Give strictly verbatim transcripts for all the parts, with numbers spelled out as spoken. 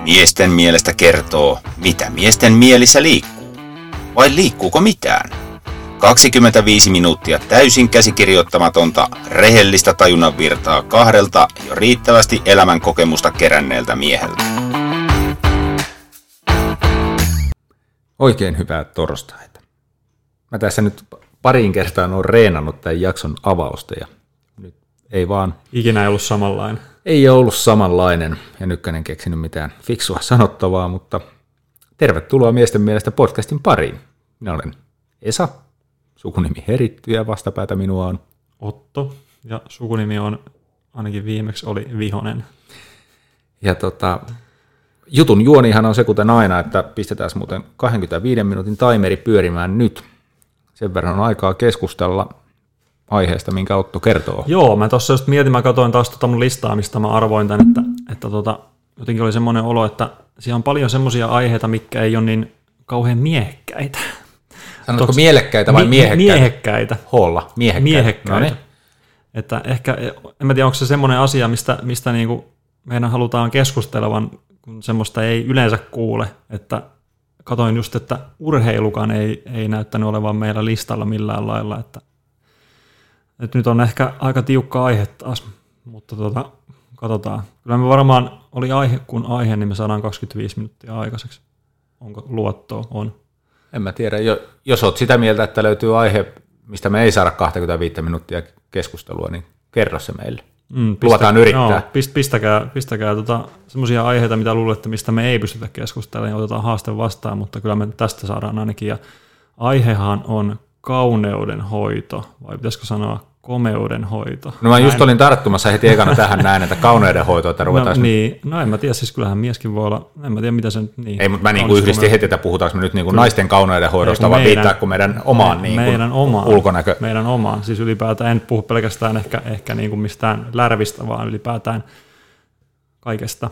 Miesten mielestä kertoo, mitä miesten mielissä liikkuu. Vai liikkuuko mitään? kaksikymmentäviisi minuuttia täysin käsikirjoittamatonta, rehellistä tajunnan virtaa kahdelta jo riittävästi elämän kokemusta keränneeltä mieheltä. Oikein hyvää torstaita. Mä tässä nyt pariin kertaan olen reenannut tämän jakson avausta ja nyt ei vaan... Ikinä ei ollut samanlainen. Ei ole ollut samanlainen ja nytkänen keksinyt mitään fiksua sanottavaa, mutta tervetuloa miesten mielestä podcastin pariin. Minä olen Esa, sukunimi Heritty ja vastapäätä minua on Otto ja sukunimi on ainakin viimeksi oli Vihonen. Ja tota, jutun juonihan on se kuten aina, että pistetään muuten kaksikymmentäviiden minuutin timeri pyörimään nyt. Sen verran on aikaa keskustella aiheesta, minkä Otto kertoo. Joo, mä tuossa just mietin, mä katsoin taas tota mun listaa, mistä mä arvoin tämän, että, että tota, jotenkin oli semmoinen olo, että siellä on paljon semmoisia aiheita, mitkä ei ole niin kauhean miehekkäitä. Sanotko Toks, mielekkäitä vai miehekkäitä? Miehekkäitä. Hoolla, miehekkäitä. Miehekkäitä. No, että ehkä, en mä tiedä, onko se semmoinen asia, mistä, mistä niinku meidän halutaan keskustelevan, kun semmoista ei yleensä kuule, että katoin just, että urheilukaan ei, ei näyttänyt olevan meillä listalla millään lailla, että, että nyt on ehkä aika tiukka aihe taas, mutta tota, katsotaan. Kyllä me varmaan oli aihe kun aihe, niin me saadaan kaksikymmentäviisi minuuttia aikaiseksi. Onko luottoa? On. En mä tiedä. Jos olet sitä mieltä, että löytyy aihe, mistä me ei saada kaksikymmentäviisi minuuttia keskustelua, niin kerro se meille. Mm, pistä, Luvataan yrittää. Joo, pist, pistäkää pistäkää tota, semmoisia aiheita, mitä luulette, mistä me ei pystytä keskustelemaan, ja otetaan haaste vastaan, mutta kyllä me tästä saadaan ainakin. Ja aihehan on kauneuden hoito, vai pitäisikö sanoa komeuden hoito? No mä just olin tarttumassa heti ekana tähän näin, että kauneuden hoito, että ruvetaan... No, niin, no en mä tiedä, siis kyllähän mieskin voi olla, en mä tiedä mitä se nyt... Niin, ei, mutta mä niin kuin yhdistin heti, että puhutaanko me nyt niin kuin naisten kauneuden hoidosta, vai viittaako meidän omaan niin kuin meidän omaan, ulkonäkö? Meidän omaan, siis ylipäätään, en puhu pelkästään ehkä, ehkä niin kuin mistään lärvistä, vaan ylipäätään kaikesta,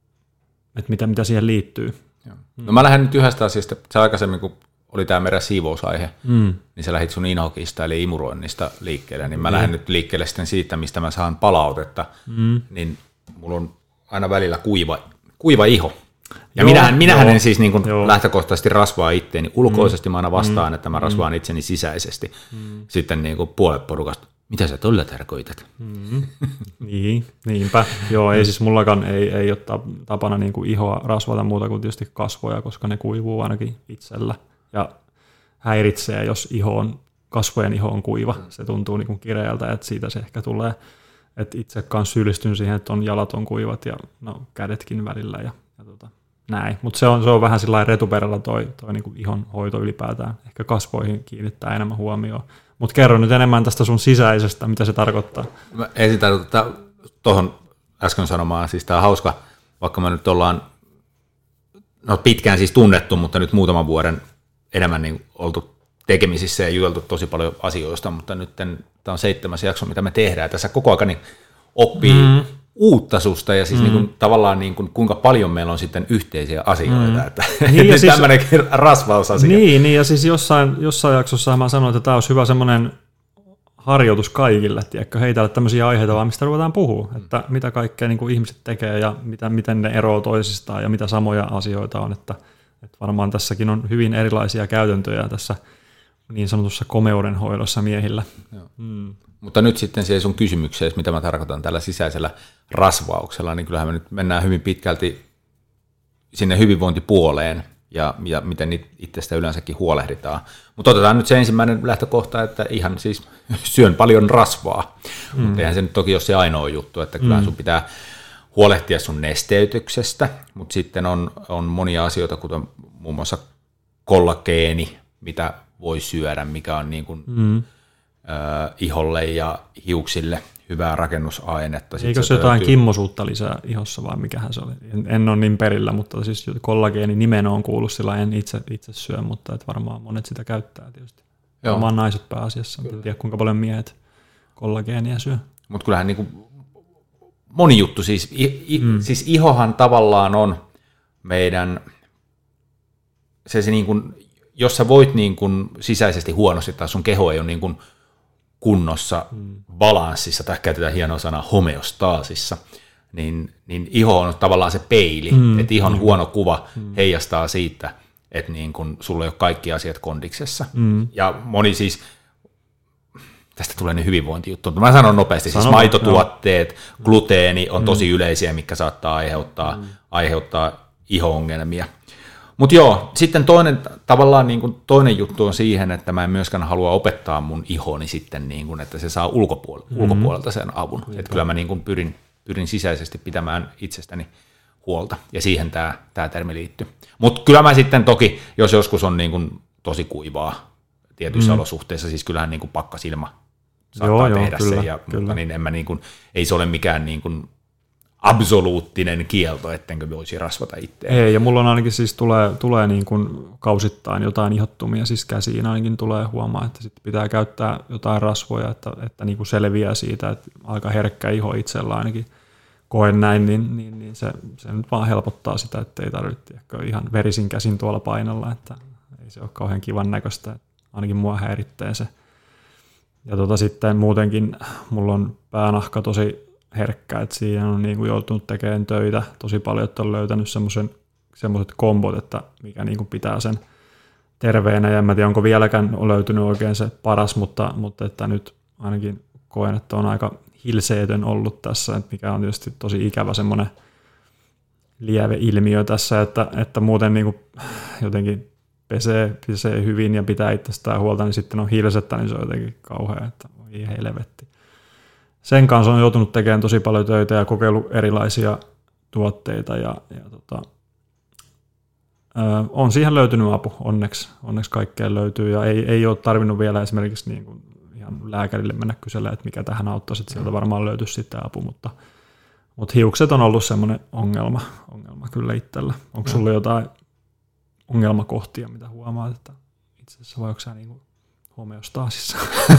että mitä, mitä siihen liittyy. Joo. No mä lähden nyt yhdestä asiasta, se aikaisemmin kun oli tämä meidän siivousaihe, mm. niin sä lähdit sun inhokista eli imuroinnista liikkeelle, niin mä mm. lähden nyt liikkeelle sitten siitä, mistä mä saan palautetta, mm. niin mulla on aina välillä kuiva, kuiva iho. Ja joo, minähän, minähän en siis niin kuin lähtökohtaisesti rasvaa itteeni, ulkoisesti mä aina vastaan, mm. että mä rasvaan itseni sisäisesti. Mm. Sitten niin kuin puolet porukasta, mitä sä tolla tarkoitat? Mm. niin, niinpä. Joo, ei siis mullakaan ei, ei ole tapana niin kuin ihoa rasvata muuta kuin tietysti kasvoja, koska ne kuivuu ainakin itsellä. Ja häiritsee, jos iho on, kasvojen iho on kuiva. Se tuntuu niin kuin kireältä, että siitä se ehkä tulee. Että itse kanssa syyllistyn siihen, että on jalat on kuivat ja no, kädetkin välillä ja, ja tota, näin. Mutta se on, se on vähän sillä retuperällä toi, toi niin kuin ihon hoito ylipäätään. Ehkä kasvoihin kiinnittää enemmän huomioon. Mutta kerro nyt enemmän tästä sun sisäisestä, mitä se tarkoittaa. Mä esitän tuohon äsken sanomaan, siis tämä on hauska, vaikka me nyt ollaan no, pitkään siis tunnettu, mutta nyt muutaman vuoden enemmän niin oltu tekemisissä ja juteltu tosi paljon asioista, mutta nyt tämä on seitsemäs jakso, mitä me tehdään. Tässä koko ajan niin oppii mm. uutta susta ja siis mm. niin kuin, tavallaan niin kuin, kuinka paljon meillä on sitten yhteisiä asioita. Mm. Että, niin, nyt siis, tämmöinenkin rasvausasia. Niin, niin, ja siis jossain, jossain jaksossa mä sanoin, että tämä olisi hyvä semmoinen harjoitus kaikille, tiedätkö, heitellä tämmöisiä aiheita vaan, mistä ruvetaan puhua, mm. että mitä kaikkea niin kuin ihmiset tekee ja mitä, miten ne eroavat toisistaan ja mitä samoja asioita on, että että varmaan tässäkin on hyvin erilaisia käytäntöjä tässä niin sanotussa komeudenhoidossa miehillä. Mm. Mutta nyt sitten siihen sun kysymykseen, mitä mä tarkoitan tällä sisäisellä rasvauksella, niin kyllähän me nyt mennään hyvin pitkälti sinne hyvinvointipuoleen ja, ja miten itsestä yleensäkin huolehditaan. Mutta otetaan nyt se ensimmäinen lähtökohta, että ihan siis syön paljon rasvaa, mm. mutta eihän se nyt toki ole se ainoa juttu, että kyllähän mm. sun pitää huolehtia sun nesteytyksestä, mutta sitten on, on monia asioita, kuten muun muassa kollageeni, mitä voi syödä, mikä on niin kuin, mm. äh, iholle ja hiuksille hyvää rakennusainetta. Eikö se jotain kimmosuutta lisää ihossa vai mikähän se oli? En, en ole niin perillä, mutta siis kollageeni nimen on kuullut sillä, en itse, itse syö, mutta et varmaan monet sitä käyttää tietysti. Joo. Varmaan naiset pääasiassa, en tiedä kuinka paljon miehet kollageenia syö. Mutta kyllähän niin kuin moni juttu, siis, i, i, mm. siis ihohan tavallaan on meidän, se, se niin kuin, jos sä voit niin kuin sisäisesti huonosti tai sun keho ei ole niin kuin kunnossa, mm. balanssissa, tai käytetään hienoa sanaa homeostaasissa, niin, niin iho on tavallaan se peili, mm. että ihon mm. huono kuva mm. heijastaa siitä, että niin kun sulla ei ole kaikki asiat kondiksessa. Mm. Ja moni siis, tästä tulee niin hyvinvointijuttu, mutta mä sanon nopeasti, Sano, siis maitotuotteet, no. gluteeni on tosi mm. yleisiä, mikä saattaa aiheuttaa, mm. aiheuttaa iho-ongelmia. Mutta joo, sitten toinen, tavallaan niin kun toinen juttu on siihen, että mä en myöskään halua opettaa mun ihoni sitten, niin kun, että se saa ulkopuolelta, mm-hmm. ulkopuolelta sen avun. Mm-hmm. Että kyllä mä niin kun pyrin, pyrin sisäisesti pitämään itsestäni huolta, ja siihen tämä, tämä termi liittyy. Mutta kyllä mä sitten toki, jos joskus on niin kun tosi kuivaa tietyissä mm-hmm. olosuhteissa, siis kyllähän niin kun pakkasilma saattaa joo, tehdä joo, kyllä, sen, ja, mutta niin en mä niin kun, ei se ole mikään niin kun absoluuttinen kielto, ettenkö voisi rasvata itseään. Ei, ja mulla on ainakin siis tulee, tulee niin kuin kausittain jotain ihottumia, siis käsiin ainakin tulee huomaa, että sitten pitää käyttää jotain rasvoja, että, että niin kuin selviää siitä, että aika herkkä iho itsellä ainakin koen näin, niin, niin, niin se, se nyt vaan helpottaa sitä, että ei tarvitse ihan verisin käsin tuolla painella, että ei se ole kauhean kivan näköistä, ainakin mua häiritsee se. Ja tota sitten muutenkin mulla on päänahka tosi herkkä, että siihen on niin kuin joutunut tekemään töitä tosi paljon, että on löytänyt semmoiset kombot, että mikä niin kuin pitää sen terveenä, ja en mä tiedä, onko vieläkään löytynyt oikein se paras, mutta, mutta että nyt ainakin koen, että on aika hilseetön ollut tässä, että mikä on tietysti tosi ikävä semmoinen lieve ilmiö tässä, että, että muuten niin kuin jotenkin pesee, pesee hyvin ja pitää itsestään huolta, niin sitten on hilsettä, niin se on jotenkin kauhea, että ei helvetti. Sen kanssa on joutunut tekemään tosi paljon töitä ja kokeillut erilaisia tuotteita ja, ja tota, ö, on siihen löytynyt apu, onneksi, onneksi kaikkeen löytyy ja ei, ei ole tarvinnut vielä esimerkiksi niin kuin ihan lääkärille mennä kyselemään, että mikä tähän auttaisi, että sieltä varmaan löytyisi sitten apu, mutta, mutta hiukset on ollut semmoinen ongelma, ongelma kyllä itsellä. Onko no. sulla jotain ongelmakohtia, mitä huomaat, että itse asiassa vai onko sä niin kuin homeostaasissa?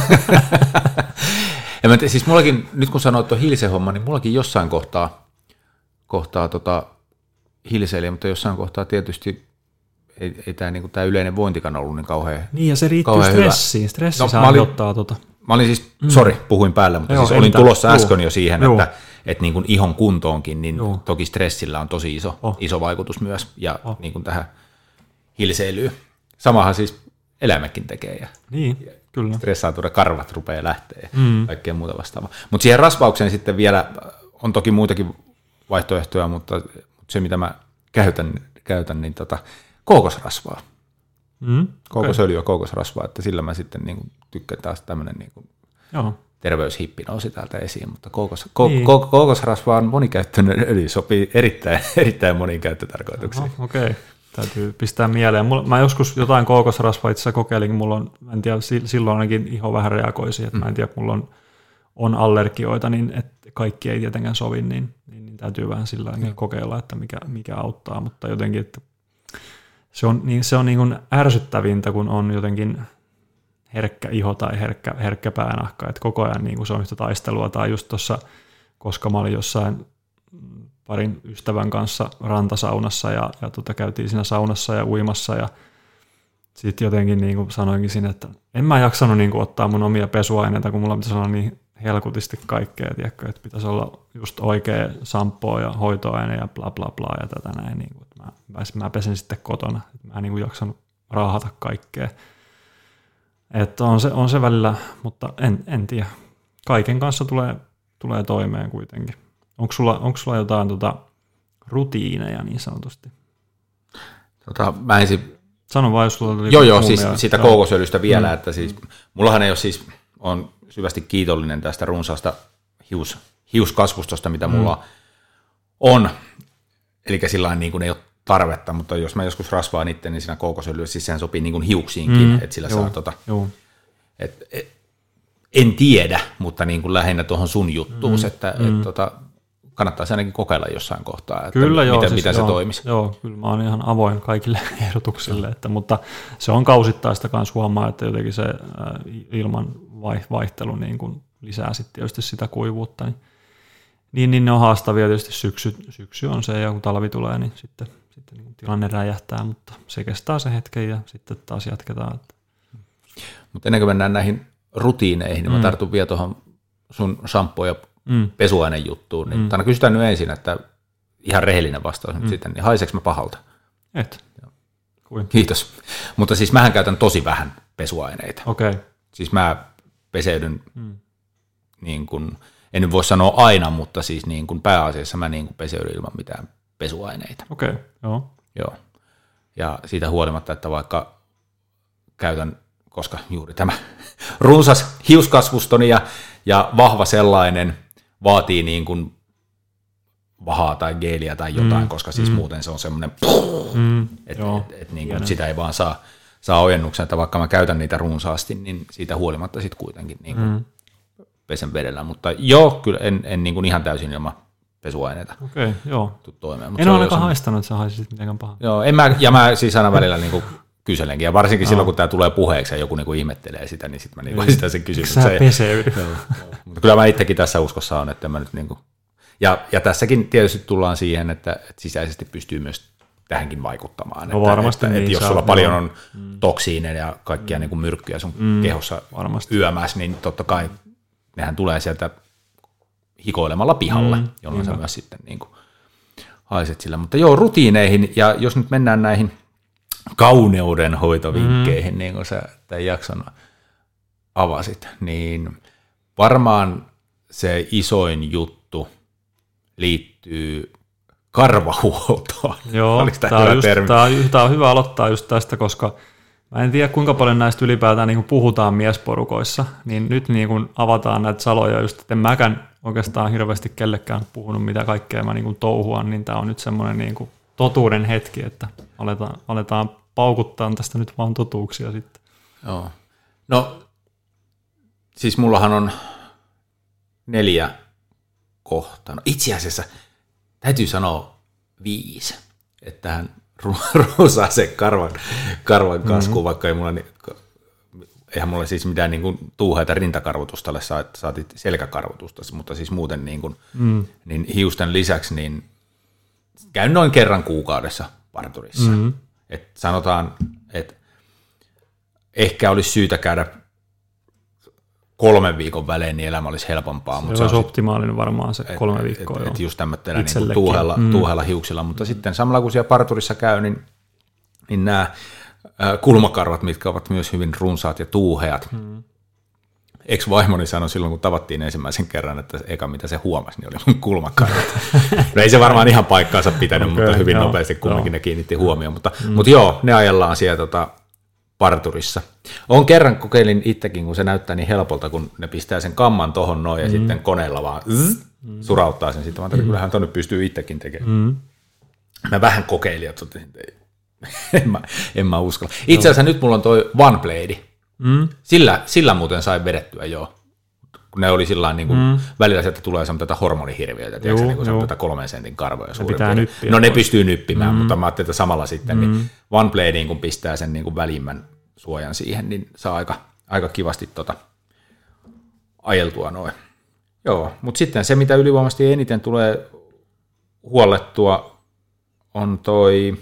Ja mä te, siis mullakin, nyt kun sanoit tuon hilsen homma, niin mullakin jossain kohtaa, kohtaa tota hilseili, mutta jossain kohtaa tietysti ei, ei tämä niinku, yleinen vointikaan ollut niin kauhean Niin, ja se riittyy stressiin. Stressi no, saa ottaa tota. Mä olin siis, mm. sori, puhuin päälle, mutta Joo, siis olin tulossa Joo. äsken jo siihen, Joo. että, että niin kuin ihon kuntoonkin, niin Joo. toki stressillä on tosi iso, oh. iso vaikutus myös, ja oh. niin kuin tähän hilseilyyn. Samahan siis eläimekin tekee, ja, niin. ja Kyllä. stressaantuneet karvat rupeaa lähteä ja mm. kaikkea muuta vastaavaa. Mutta siihen rasvaukseen sitten vielä on toki muitakin vaihtoehtoja, mutta se mitä mä käytän, käytän niin tota, kookosrasvaa. Mm. Kookosöljyä ja kookosrasvaa, että sillä mä sitten niin tykkään taas tämmöinen niin terveyshippi nousi täältä esiin, mutta kookos, ko, niin. ko, kookosrasva on monikäyttöinen öljy, sopii erittäin, erittäin moniin käyttötarkoituksiin. Okei. Okay. Täytyy pistää mieleen. Mulla, mä joskus jotain kookosrasvaa itse asiassa kokeilin, mulla on, en tiedä, silloin ainakin iho vähän reagoisi, että mm. mä en tiedä, mulla on, on allergioita, niin että kaikki ei tietenkään sovi, niin, niin, niin täytyy vähän sillä mm. kokeilla, että mikä, mikä auttaa, mutta jotenkin, että se on niin, se on niin kuin ärsyttävintä, kun on jotenkin herkkä iho tai herkkä, herkkä päänahka, että koko ajan niin kuin se on yhtä taistelua, tai just tuossa, koska mä olin jossain parin ystävän kanssa rantasaunassa ja, ja tota, käytiin siinä saunassa ja uimassa ja sitten jotenkin niin kuin sanoinkin siinä, että en mä jaksanut niin kuin ottaa mun omia pesuaineita, kun mulla pitäisi olla niin helkutisti kaikkea, tiedätkö, että pitäisi olla just oikea shampoo ja hoitoaine ja bla bla bla ja tätä näin. Niin kuin, että mä, mä pesen sitten kotona, että mä en niin kuin jaksanut raahata kaikkea. Että on se, on se välillä, mutta en, en tiedä. Kaiken kanssa tulee, tulee toimeen kuitenkin. Onko sulla, onko sulla jotain tota, rutiineja niin sanotusti? Tota, mä ensin... Sano vaan, jos sulla tuli... Joo, joo, siis sitä kookosöljystä vielä, mm. että siis mullahan ei ole siis, on syvästi kiitollinen tästä runsaasta hius, hiuskasvustosta, mitä mm. mulla on. Eli sillä niin kuin ei ole tarvetta, mutta jos mä joskus rasvaan itse, niin siinä kookosöljyssä siis sehän sopii niin kuin hiuksiinkin, mm. että sillä joo, saa tota... Joo. Et, et, en tiedä, mutta niin kuin lähinnä tuohon sun juttuun, mm. että mm. et, tota, kannattaisi ainakin kokeilla jossain kohtaa, että kyllä, joo, miten, siis miten joo, se toimisi. Joo, kyllä mä oon ihan avoin kaikille ehdotuksille, että, mutta se on kausittaista kanssa huomaa, että jotenkin se ilman vaihtelu niin kuin lisää sitten tietysti sitä kuivuutta, niin, niin, niin ne on haastavia tietysti syksy, syksy on se, ja kun talvi tulee, niin sitten, sitten niin tilanne räjähtää, mutta se kestää se hetken ja sitten taas jatketaan. Mutta ennen kuin mennään näihin rutiineihin, niin mä mm. tartun vielä tuohon sun shampoo- ja mm. pesuainejuttuun, niin mm. tänä kysytään nyt ensin, että ihan rehellinen vastaus mm. nyt sitten, niin haiseeko mä pahalta? Et. Kuin? Kiitos. Mutta siis mähän käytän tosi vähän pesuaineita. Okei. Okay. Siis mä peseydyn, mm. niin kuin, en nyt voi sanoa aina, mutta siis niin kuin pääasiassa mä niin kuin peseydyn ilman mitään pesuaineita. Okei, okay. Joo. Joo. Ja siitä huolimatta, että vaikka käytän, koska juuri tämä runsas hiuskasvustoni ja, ja vahva sellainen vaatii niin kuin vahaa tai geeliä tai jotain, mm. koska siis mm. muuten se on semmoinen, mm. että et, et, niin sitä ei vaan saa, saa ojennuksen, että vaikka mä käytän niitä runsaasti, niin siitä huolimatta sitten kuitenkin niin kuin mm. pesen vedellä. Mutta joo, kyllä en, en niin kuin ihan täysin ilman pesuaineita okay, joo. toimeen. En ole ainakaan haistanut, että sä haisit mitenkään pahaa. Joo, en mä, ja mä siis aina välillä niin kuin kyselenkin, ja varsinkin no. silloin, kun tämä tulee puheeksi ja joku niin kuin ihmettelee sitä, niin sitten mä niin esitän sen kysymyksen. Sä peseydy. Mutta kyllä mä itsekin tässä uskossa on, että mä nyt niin kuin, ja, ja tässäkin tietysti tullaan siihen, että, että sisäisesti pystyy myös tähänkin vaikuttamaan. No että, varmasti että, niin, että jos sulla on, paljon on mm. toksiineja ja kaikkia mm. niin kuin myrkkyjä sun mm. kehossa varmasti. yömässä, niin totta kai nehän tulee sieltä hikoilemalla pihalle, mm. jolloin Niinpä. sä myös sitten niin kuin haiset sillä. Mutta joo, rutiineihin, ja jos nyt mennään näihin kauneudenhoitovinkkeihin, mm. niin kuin sä tämän jakson avasit, niin varmaan se isoin juttu liittyy karvahuoltoon. Joo, tämä on, just, tämä, on, tämä on hyvä aloittaa just tästä, koska mä en tiedä kuinka paljon näistä ylipäätään niin kuin puhutaan miesporukoissa, niin nyt niin kuin avataan näitä saloja, just että en mäkään oikeastaan hirveästi kellekään puhunut, mitä kaikkea mä niin kuin touhuan, niin tämä on nyt semmoinen niin kuin totuuden hetki, että aletaan, aletaan paukuttaa tästä nyt vaan totuuksia sitten. Joo. No, siis mullahan on neljä kohtaa. No, itse asiassa täytyy sanoa viisi, että tähän runsaaseen karvan, karvan kaskuun, mm-hmm. vaikka ei mulla, eihän mulla siis mitään niin kuin tuuheita rintakarvotusta ole, saatit selkäkarvotusta, mutta siis muuten niin kuin, mm. niin hiusten lisäksi niin käyn noin kerran kuukaudessa parturissa. Mm-hmm. Et sanotaan, että ehkä olisi syytä käydä kolmen viikon välein, niin elämä olisi helpompaa. Se mutta olisi se optimaalinen varmaan se kolme et, viikkoa. Että et just tämmöisellä niin tuuheella, mm. tuuheella hiuksilla, mutta mm. sitten samalla kun siellä parturissa käy, niin, niin nämä äh, kulmakarvat, mitkä ovat myös hyvin runsaat ja tuuheat. Mm. Ex-vaimoni sanoi silloin, kun tavattiin ensimmäisen kerran, että eka mitä se huomasi, niin oli mun kulmakarvat. No ei se varmaan ihan paikkaansa pitänyt, okay, mutta hyvin joo, nopeasti kumminkin joo. ne kiinnitti huomioon. Mutta, mm. mutta joo, ne ajellaan siellä tota, parturissa. Olen kerran kokeilin itsekin, kun se näyttää niin helpolta, kun ne pistää sen kamman tohon noin ja mm. sitten koneella vaan zzz, mm. surauttaa sen. Sitten mä ajattelin, mm. kyllähän tuonne pystyy itsekin tekemään. Mm. Mä vähän kokeilin ja totesin, että ei, en, mä, en mä uskalla. Itse asiassa nyt mulla on toi One Blade. Mm. Sillä, sillä muuten sai vedettyä jo. Kun ne oli sillä niin kuin mm. välillä sieltä tulee tätä hormonihirviöitä, tiedätkö, niin kuin se on tätä kolmen sentin karvoja suurin piirtein. No ne pystyy nyppimään, mm. mutta mä ajattelin, että samalla sitten mm. niin One Bladeen, kun pistää sen niin kuin välimmän suojan siihen, niin saa aika, aika kivasti tota ajeltua noin. Joo, mutta sitten se, mitä ylivoimaisesti eniten tulee huollettua, on toi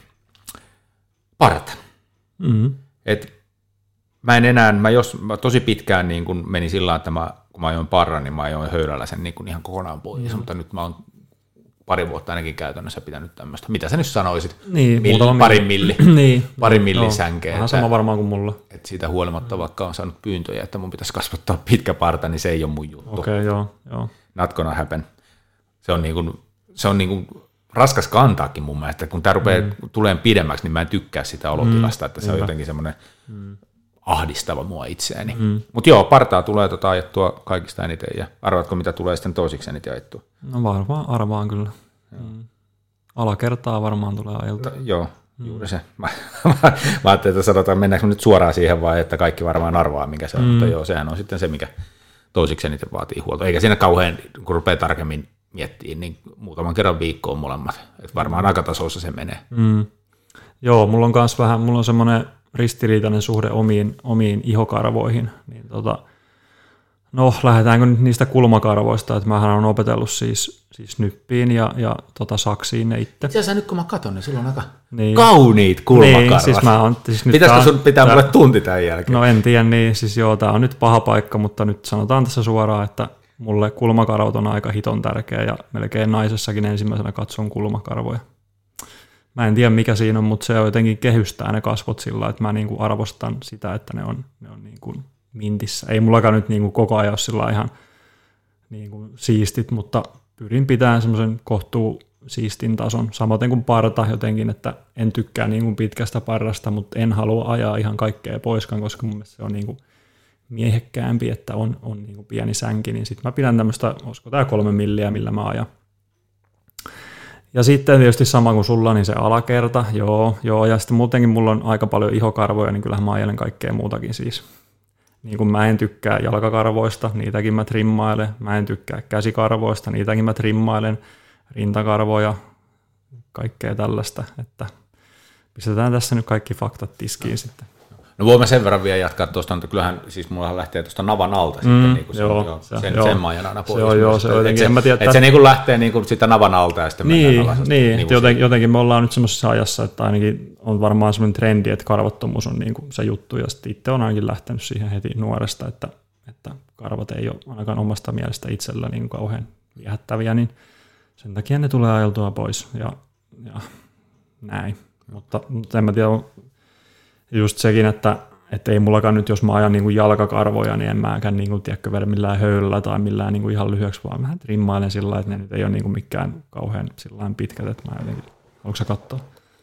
parta. Mm. Et mä en enää, mä jos mä tosi pitkään niin kun meni sillä että mä, kun mä ajoin parran, niin mä ajoin höylällä sen niin kun ihan kokonaan pois, mm. mutta nyt mä oon pari vuotta ainakin käytännössä pitänyt tämmöistä. Mitä sä nyt sanoisit? Niin, Mill, parin milli, niin, parin millin sänkeä. Vähän sama varmaan kuin mulla. Että siitä huolimatta, vaikka on saanut pyyntöjä, että mun pitäisi kasvattaa pitkä parta, niin se ei ole mun juttu. Okei, okay, joo, joo. Not gonna happen. Se on niin kuin, se on niin kuin raskas kantaakin mun mielestä. Kun tää rupeaa mm. tulemaan pidemmäksi, niin mä en tykkää sitä olotilasta, mm. että se Hyvä. on jotenkin semmoinen mm. ahdistava mua itseäni. Mm. Mutta joo, partaa tulee tota ajettua kaikista eniten, ja arvaatko mitä tulee sitten toisiksi eniten ajettua? No varmaan, arvaan kyllä. Mm. Alakertaa varmaan tulee ajeltua. Joo, juuri mm. se. Mä, mä, mä ajattelin, että sanotaan, mennäänkö nyt suoraan siihen vai, että kaikki varmaan arvaa, mikä se on, mm. mutta joo, sehän on sitten se, mikä toisiksi eniten vaatii huolta. Eikä siinä kauhean, kun rupeaa tarkemmin miettimään, niin muutaman kerran viikkoon molemmat. Että varmaan aika tasoissa se menee. Mm. Joo, mulla on myös vähän, mulla on semmoinen ristiriitainen suhde omiin, omiin ihokarvoihin. Niin tota, no, lähdetäänkö nyt niistä kulmakarvoista, että mähän olen opetellut siis, siis nyppiin ja, ja tota, saksiin ne itse. Itse asiassa nyt kun mä katson, niin sulla on aika niin. kauniit kulmakarvat. Niin, siis mä on, siis nyt Pitäisikö sun pitää tää, mulle tunti tämän jälkeen? No en tiedä, niin siis joo, tää on nyt paha paikka, mutta nyt sanotaan tässä suoraan, että mulle kulmakarvot on aika hiton tärkeä ja melkein naisessakin ensimmäisenä katson kulmakarvoja. Mä en tiedä mikä siinä on, mutta se on jotenkin kehystää ne kasvot sillä, että mä niinku arvostan sitä, että ne on, ne on niinku mintissä. Ei mullakaan nyt niinku koko ajan ole sillä ihan niinku siistit, mutta pyrin pitämään semmoisen kohtuu siistin tason. Samoin kuin parta jotenkin, että en tykkää niinku pitkästä parrasta, mutta en halua ajaa ihan kaikkea poiskaan, koska mun mielestä se on niinku miehekkäämpi, että on, on niinku pieni sänki, niin sitten mä pidän tämmöistä, olisiko tää kolme milliä, millä mä ajan. Ja sitten tietysti sama kuin sulla, niin se alakerta, joo, joo, ja sitten muutenkin mulla on aika paljon ihokarvoja, niin kyllähän mä ajelen kaikkea muutakin siis. Niin kuin mä en tykkää jalkakarvoista, niitäkin mä trimmailen, mä en tykkää käsikarvoista, niitäkin mä trimmailen, rintakarvoja, kaikkea tällaista, että pistetään tässä nyt kaikki faktat tiskiin sitten. No voimme sen verran vielä jatkaa tuosta, mutta kyllähän siis mullahan lähtee tuosta navan alta mm, sitten, niin kuin joo, se, joo, se, sen, joo. sen mä ajan aina pois. Se on, joo, se on jotenkin, en mä tiedä. Että se niin kuin lähtee niin kuin sitä navan alta ja sitten niin, mennään alas. Niin, niin jotenkin, jotenkin me ollaan nyt semmoisessa ajassa, että ainakin on varmaan semmoinen trendi, että karvattomuus on niin kuin se juttu, ja sitten itse on ainakin lähtenyt siihen heti nuoresta, että, että karvat ei ole ainakaan omasta mielestä itsellä niin kauhean viehättäviä, niin sen takia ne tulee ajeltua pois ja, ja näin. Mutta, mutta en mä tiedä, just sekin, että että ei mullakaan nyt, jos mä ajan niin kuin jalkakarvoja, niin en mäkään niin kuin, tiedätkö, vedä millään höylällä tai millään niin kuin ihan lyhyeksi, vaan vähän trimmailen sillä lailla, että ne nyt ei ole niin kuin mikään kauhean sillain pitkät, että mä jotenkin, haluatko sä katsoa?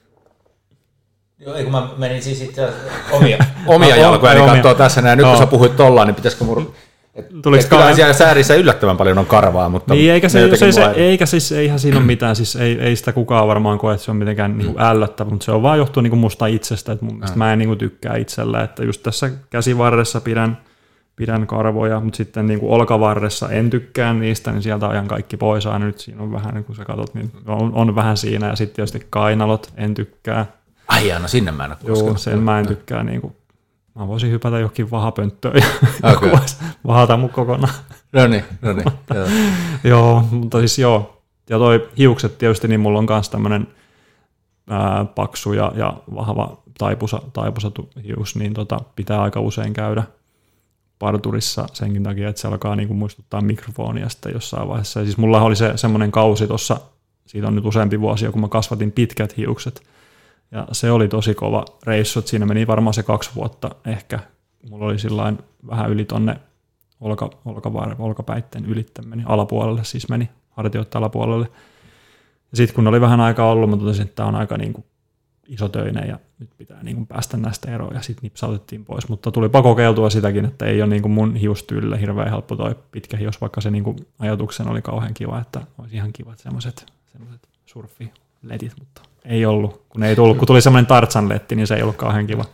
Joo, ei kun mä menin siis itse omia, omia jalkoja, niin katsoo tässä näin. Nyt kun sä puhuit tollaan, niin pitäisikö mun... Kyllähän siellä säärissä yllättävän paljon on karvaa, mutta... Niin, eikä, se, se, se, eikä siis, eihän siinä ole mitään, siis ei, ei sitä kukaan varmaan koe, että se on mitenkään mm. niin kuin ällöttävä, mutta se on vaan johtuu niin kuin musta itsestä, että mun mielestä mm. mä en niin kuin tykkää itsellä, että just tässä käsivarressa pidän, pidän karvoja, mutta sitten niin kuin olkavarressa en tykkää niistä, niin sieltä ajan kaikki pois aina, nyt siinä on vähän, niin kun sä katsot, niin on, on vähän siinä, ja sitten tietysti kainalot en tykkää. Ai jaa, no sinne mä en ole koskenut. Joo, sen mä en tykkää niin kuin... Mä voisin hypätä johonkin vahapönttöön ja okay. vahata mun kokonaan. No niin, no niin. joo. joo, mutta siis joo. Ja toi hiukset tietysti, niin mulla on myös tämmönen ää, paksu ja, ja vahva taipusa, taipusatu hius, niin tota, pitää aika usein käydä parturissa senkin takia, että se alkaa niinku muistuttaa mikrofonia sitten jossain vaiheessa. Ja siis mulla oli se semmoinen kausi tuossa, siitä on nyt useampi vuosia, kun mä kasvatin pitkät hiukset. Ja se oli tosi kova reissu, että siinä meni varmaan se kaksi vuotta ehkä. Mulla oli sillain vähän yli tonne olka, olkavar, olkapäitten ylittä meni, alapuolelle siis meni, hartioiden alapuolelle. Ja sitten kun oli vähän aikaa ollut, mä totesin, että tämä on aika niin kuin isotöinen ja nyt pitää niin kuin päästä näistä eroon ja sitten nipsautettiin pois. Mutta tulipa kokeiltua sitäkin, että ei ole niin kuin mun hiustyylille hirveän helppo toi pitkä hius, vaikka se niin kuin ajatuksen oli kauhean kiva, että olisi ihan kivat semmoiset surfiletit, mutta... Ei ollut, kun ei tullut. Kun tuli semmoinen Tarzan-letti, niin se ei ollut kauhean kiva.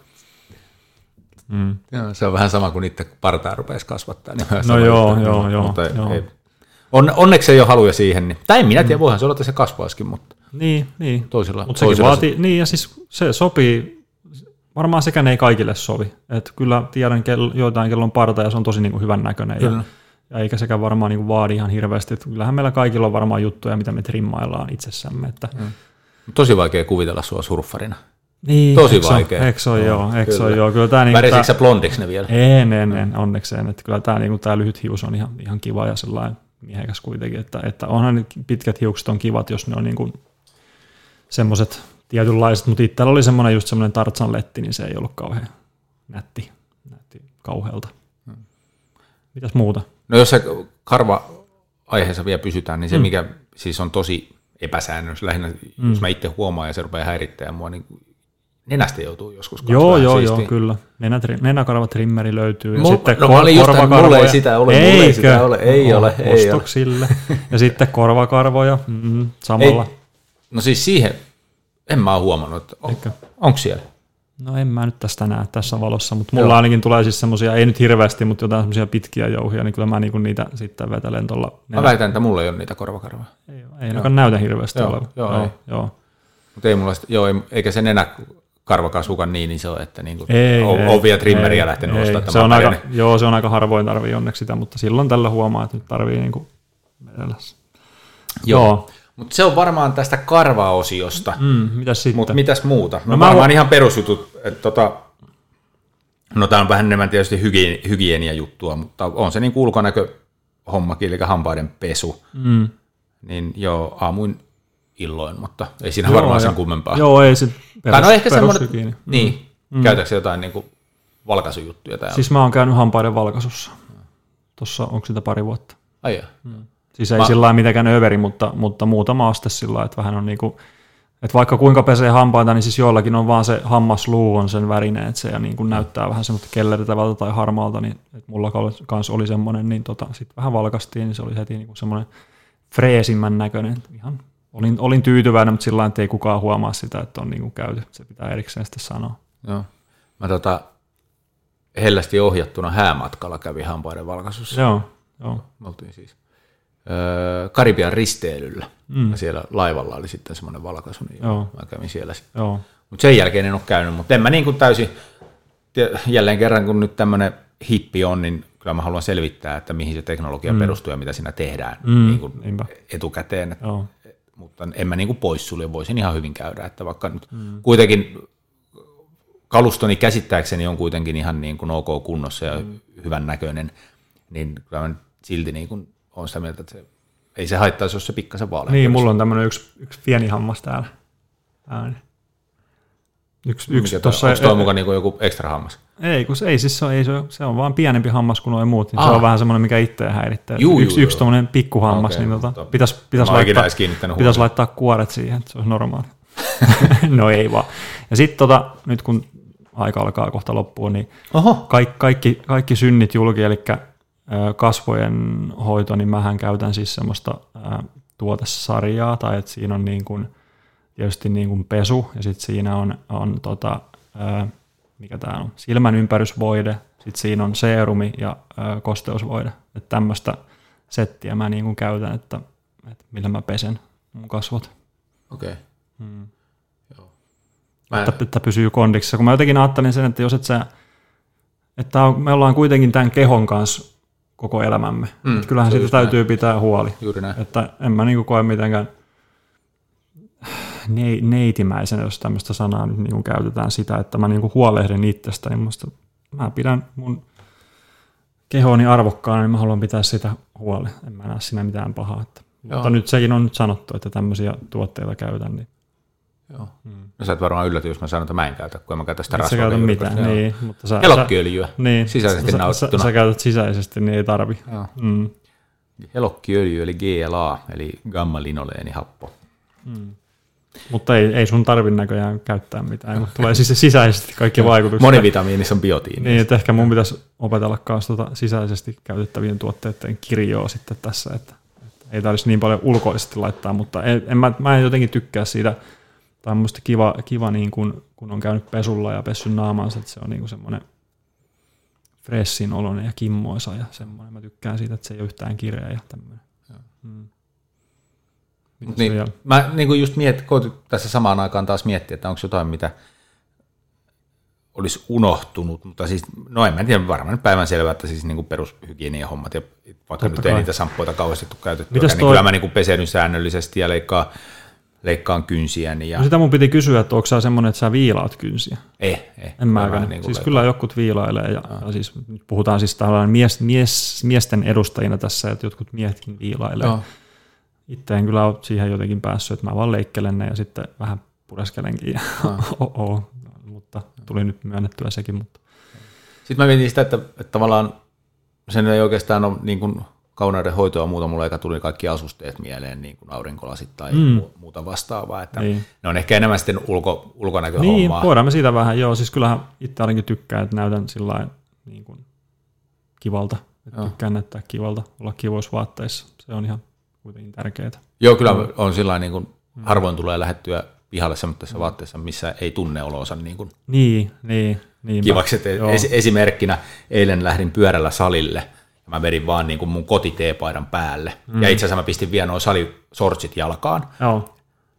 Mm. Joo, se on vähän sama kuin itse partaa rupeaisi kasvattaa. Niin no joo, juttu, joo, joo. Mutta joo. Ei. On, onneksi ei ole haluja siihen. Niin. Tai en minä tiedä, mm. voihan se olla, että se kasvaisikin, mutta niin, niin. toisilla. Mutta sekin vaatii, niin ja siis se sopii, varmaan sekään ei kaikille sovi. Että kyllä tiedän kello, joitain, kello on parta ja se on tosi niin kuin hyvän näköinen. Ja, ja eikä sekään varmaan niin kuin vaadi ihan hirveästi. Että kyllähän meillä kaikilla on varmaan juttuja, mitä me trimmaillaan itsessämme. Että mm. Tosi vaikea kuvitella sua surffarina. Niin, tosi ekso, vaikea. Ekso, no, joo, ekso, kyllä. joo. Kyllä tää niinku värisikö sä blondiksi ne vielä? En, en, en, onnekseen. Että kyllä tämä niinku, tää lyhyt hius on ihan, ihan kiva ja sellainen miehekäs kuitenkin. Että, että onhan pitkät hiukset on kivat, jos ne on niinku semmoiset tietynlaiset, mutta itsellä oli semmoinen just semmoinen Tarzan-letti, niin se ei ollut kauhean nätti, nätti kauhealta. Hmm. Mitäs muuta? No jos se karva-aiheessa vielä pysytään, niin se hmm. mikä siis on tosi epäsäännös, lähinnä mm. jos mä itse huomaan ja se rupeaa häirittämään mua, niin nenästä joutuu joskus joo, joo, joo, kyllä. Nenäkarvatrimmeri löytyy. Ja Mul, sitten no kor- mä olin just, että mulla ei sitä ole, mulla ei sitä ole, ei ole, ei ostoksille. Ole. Ja sitten korvakarvoja mm, samalla. Ei. No siis siihen, en mä ole huomannut, että on, onko siellä? No en mä nyt tästä näe tässä valossa, mutta mulla joo. ainakin tulee siis semmoisia, ei nyt hirveästi, mutta jotain semmoisia pitkiä jouhia, niin kyllä mä niinku niitä sitten vetelen tuolla. Mä väitän, että mulla ei ole niitä korvakarvoja. Ei, ei ainakaan näytä hirveästi joo, olevan. Joo, joo, ei. joo. Mutta ei mulla, joo, eikä se nenäkarvakasvukaan niin iso, että niinku ei, on, ei, on vielä trimmeriä lähtenyt ei, ostamaan. Se on aika, joo, se on aika harvoin tarvii onneksi sitä, mutta silloin tällä huomaa, että nyt tarvii niinku vedellä. Joo. joo. Mutta se on varmaan tästä karvaosiosta. Mm, mitäs sitten? Mutta mitäs muuta? No, no varmaan mä... ihan perusjutut. Että tota, no tämä on vähän enemmän tietysti hygienia juttua, mutta on se niin ulkonäkö hommakin, eli hampaiden pesu, mm. niin joo, aamuin illoin, mutta ei siinä joo, varmaan sen kummempaa. Joo, ei se perus, no ehkä semmoinen, mm. niin, mm. käytätkö jotain niin kuin valkaisujuttuja täällä? Siis mä oon käynyt hampaiden valkaisussa. Tuossa onko sitä pari vuotta. Ai joo. Mm. Siis ei mä... sillä lailla mitenkään överi, mutta, mutta muutama aste sillä lailla, että vähän on niinku, että vaikka kuinka pesee hampaita, niin siis joillakin on vaan se hammasluu on sen värinen, että se ja niin kuin näyttää vähän semmoista kellertävältä tai harmaalta, niin että mulla kanssa oli semmoinen, niin tota, sitten vähän valkastiin, niin se oli heti niin semmoinen freesimmän näköinen. Ihan, olin, olin tyytyväinen, mutta sillä lailla, että ei kukaan huomaa sitä, että on niin kuin käyty. Se pitää erikseen sitten sanoa. Joo. Mä tota, hellästi ohjattuna häämatkalla kävin hampaiden valkaisussa. Joo, joo. Me oltiin siis öö, Karibian risteilyllä. Mm. Ja siellä laivalla oli sitten semmoinen valkaisu, niin joo. Mä kävin siellä sitten. Mutta sen jälkeen en ole käynyt, mutta en mä niin kuin täysin, jälleen kerran kun nyt tämmöinen hippi on, niin kyllä mä haluan selvittää, että mihin se teknologia mm. perustuu ja mitä siinä tehdään mm. niin kuin etukäteen. Että, mutta en mä niin kuin poissulje, voisin ihan hyvin käydä, että vaikka nyt mm. kuitenkin kalustoni käsittääkseni on kuitenkin ihan niin kuin ok kunnossa ja mm. hyvän näköinen, niin kyllä mä silti niin kuin olen sitä mieltä, että se ei se haittaisi, jos se pikkasen vaalean. Niin, mulla on tämmöinen yksi, yksi pieni hammas täällä. Ääni. Yksi, yksi tossa, onko toi mukaan niin joku ekstra hammas? Ei, kun se, ei, siis se, on, ei, se, on, se on vaan pienempi hammas kuin nuo muut. Niin se on vähän semmoinen, mikä itseä häirittää. Juu, yksi juu, yksi tommoinen pikkuhammas, okay, niin tota, pitäisi pitäis laittaa, pitäis laittaa kuoret siihen, että se olisi normaali. No ei vaan. Ja sitten tota, nyt kun aika alkaa kohta loppua, niin kaikki, kaikki, kaikki synnit julki, eli kasvojen hoito, niin mähän käytän siis semmoista ää, tuotesarjaa, tai että siinä on niin kuin, tietysti niin kuin pesu, ja sitten siinä on, on tota, ää, mikä tämä on, silmän ympärysvoide, sitten siinä on seerumi ja ää, kosteusvoide, että tämmöistä settiä mä niin kuin käytän, että, että millä mä pesen mun kasvot. Okei. Okay. Hmm. Että, että pysyy kondiksessa, kun mä jotenkin ajattelin sen, että jos et sä, että me ollaan kuitenkin tämän kehon kanssa koko elämämme. Mm, että kyllähän siitä täytyy näin. Pitää huoli. Juuri näin. Että en mä niinku koe mitenkään neitimäisenä, jos tämmöistä sanaa nyt niinku käytetään sitä, että mä niinku huolehdin itsestä. Niin musta, mä pidän mun kehoni arvokkaana, niin mä haluan pitää sitä huoli. En mä näe siinä mitään pahaa. Että, mutta nyt sekin on nyt sanottu, että tämmöisiä tuotteita käytän. Niin. Joo. Mm. No sä et varmaan ylläty, jos mä sanon, että mä en käytä, kun en mä käytä sitä rasvaa. Sä käytä mitään, niin. Mutta sä, Helokkiöljyä, niin, sisäisesti sä, nauttuna. Sä, sä käytät sisäisesti, niin ei tarvi. Mm. Helokkiöljy, eli G L A, eli gamma-linoleenihappo. Mm. Mutta ei, ei sun tarvi näköjään käyttää mitään, mutta tulee siis sisäisesti kaikki vaikutukset. Monivitamiinissa on biotiini. Niin, että ehkä mun pitäisi opetella myös tuota sisäisesti käytettävien tuotteiden kirjoa sitten tässä, että, että ei tarvitsisi niin paljon ulkoisesti laittaa, mutta en, en, mä, mä en jotenkin tykkää siitä. Tämä on musta kiva, kiva niin kun, kun on käynyt pesulla ja pessyn naamansa, että se on niin semmoinen freshin oloinen ja kimmoisa ja semmoinen. Mä tykkään siitä, että se ei ole yhtään kireä ja tämmöinen. Mm. Niin, mä niin kuin just miet, koitin tässä samaan aikaan taas miettiä, että onko jotain, mitä olisi unohtunut, mutta siis, no en mä tiedä, varmaan päivän selvää, että siis niin perushygienia hommat, ja vaikka Totta nyt kai. ei niitä samppuita kauheasti tule käytettyä, niin kyllä mä niin peseydyn säännöllisesti ja leikkaan, leikkaan kynsiäni. Ja... No sitä mun piti kysyä, että onko sä semmoinen, että sä viilaat kynsiä? Ei, ei. En mäkään. Niin siis kyllä jotkut viilailee, ja, ja siis puhutaan siis tällainen mies, mies, miesten edustajina tässä, että jotkut miehetkin viilailee. No. Itse en kyllä ole siihen jotenkin päässyt, että mä vaan leikkelen ne ja sitten vähän pureskelenkin. No. oh, oh. Mutta tuli nyt myönnettyä sekin. Mutta. Sitten mä mietin sitä, että, että tavallaan sen ei oikeastaan ole niin kuin kauneuden hoitoa muuta, mulla eikä tuli kaikki asusteet mieleen, niin kuin aurinkolasit tai mm. muuta vastaavaa. Että niin. Ne on ehkä enemmän sitten ulko, ulkonäköhommaa. Niin, voidaan me siitä vähän. Joo, siis kyllähän itse ainakin tykkään, että näytän sillain niin kuin kivalta. Että tykkään näyttää kivalta, olla kivoissa vaatteissa. Se on ihan kuitenkin tärkeää. Joo, kyllä on sillä niin kuin harvoin tulee lähettyä pihalle semmoisessa vaatteessa, missä ei tunne olonsa niin kuin niin, niin, niin kivaksi. Es, esimerkkinä eilen lähdin pyörällä salille ja mä vedin vaan niin kuin mun kotiteepaidan päälle. Mm. Ja itse asiassa mä pistin vielä nuo salisortsit jalkaan. Joo.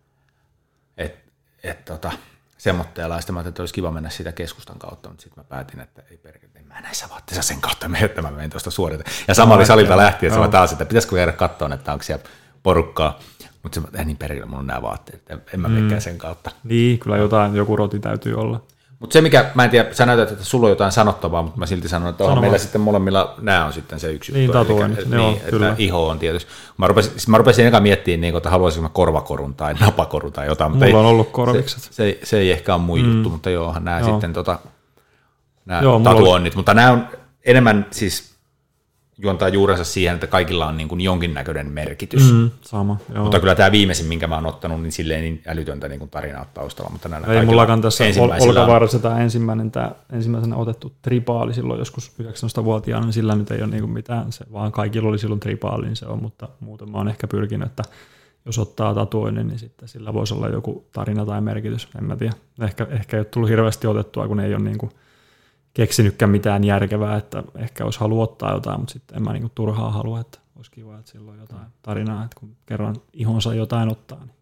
Et, et, tota, semmoitteella. Ja sitten mä ajattelin, että olisi kiva mennä sitä keskustan kautta, mutta sitten mä päätin, että ei perkele, en mä näissä vaatteissa sen kautta mene, että mä menen tuosta suorita. Ja sama no, oli salilta lähtien, että mä taas, että pitäisikö käydä katsoa, että onko siellä porukkaa. Mutta se, ei niin perille, mulla on nämä vaatteet, en mä menekään sen kautta. Niin, kyllä jotain, joku roti täytyy olla. Mutta se mikä, mä en tiedä, sä näytät, että sulla on jotain sanottavaa, mutta mä silti sanon, että onhan meillä sitten molemmilla, nämä on sitten se yksi niin, juttu. Tatuoinnit, Eli, ne niin, on, että kyllä. iho on tietysti. Mä rupesin, mä rupesin eka miettimään, että haluaisinko mä korvakorun tai napakorun tai jotain. Mulla mutta on ei, ollut korvikset. Se, se, se ei ehkä ole mun mm. juttu, mutta joohan nämä Joo. sitten tota, nämä Joo, tatuoinnit. Mutta nämä on enemmän siis juontaa juurensa siihen, että kaikilla on niin kuin jonkinnäköinen merkitys. Mm, sama, joo. Mutta kyllä tämä viimeisin, minkä mä oon ottanut, niin silleen niin älytöntä niin kuin tarinaa taustalla. Mutta näillä ei mullakaan tässä ensimmäisillä olkavarressa tämä ensimmäinen, tämä ensimmäisenä otettu tripaali silloin joskus yhdeksäntoistavuotiaana, niin sillä nyt ei ole niin kuin mitään, se, vaan kaikilla oli silloin tripaali, niin se on, mutta muuten mä oon ehkä pyrkinyt, että jos ottaa tatuoinnin, niin sitten sillä voisi olla joku tarina tai merkitys, en mä tiedä. Ehkä, ehkä ei ole tullut hirveästi otettua, kun ei ole niin kuin keksinytkään mitään järkevää, että ehkä olisi halu ottaa jotain, mutta sitten en mä niinku turhaa halua, että olisi kiva, että sillä on jotain tarinaa, että kun kerran ihonsa jotain ottaa, niin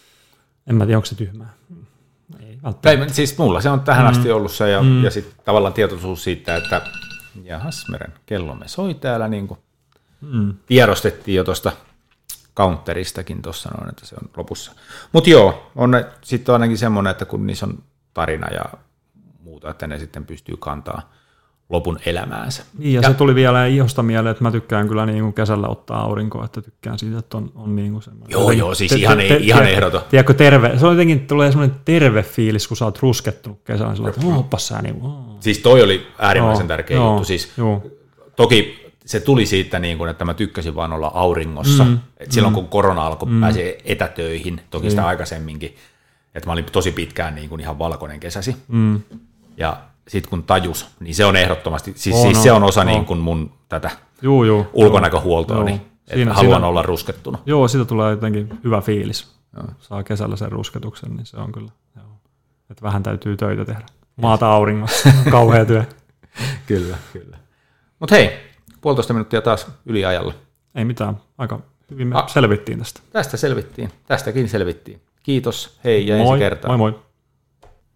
en mä tiedä, onko se tyhmää. Ei välttämättä. Siis mulla se on tähän mm. asti ollut se, ja, Mm. ja sitten tavallaan tietoisuus siitä, että jahas, meren kellomme soi täällä, niin kuin mm. tiedostettiin jo tuosta counteristakin tuossa noin, että se on lopussa. Mutta joo, on sitten ainakin semmoinen, että kun niissä on tarina ja muuta, että ne sitten pystyy kantaa lopun elämäänsä. Niin, ja, ja se tuli vielä ihosta mieleen, että mä tykkään kyllä niin kuin kesällä ottaa aurinkoa, että tykkään siitä, että on, on niin kuin semmoinen. Joo, joo, siis te, ihan, te, te, ihan te, ehdoton. Tiedätkö, terve, se on jotenkin, tulee semmoinen terve fiilis, kun sä oot ruskettunut kesällä, niin että oppas sä niin kuin. Siis toi oli äärimmäisen joo, tärkeä joo, juttu. Siis, joo. Toki se tuli siitä, niin kuin, että mä tykkäsin vaan olla auringossa. Mm, Et silloin mm, kun korona alkoi, mm, pääsee etätöihin, toki sitä mm. aikaisemminkin, että mä olin tosi pitkään niin kuin ihan valkoinen kesäsi. Mm. Ja sitten kun tajus, niin se on ehdottomasti, siis, oh, siis no, se on osa no. niin kuin mun tätä juu, juu, ulkonäköhuoltoa, niin, että siinä, haluan siinä, olla ruskettuna. Joo, siitä tulee jotenkin hyvä fiilis. Joo. Saa kesällä sen rusketuksen, niin se on kyllä, joo. Että vähän täytyy töitä tehdä. Maata auringossa, kauhea työ. Kyllä, kyllä. Mutta hei, puolitoista minuuttia taas yliajalla. Ei mitään, aika hyvin me ah, selvittiin tästä. Tästä selvittiin, tästäkin selvittiin. Kiitos, hei ja moi, ensi kertaa. Moi moi.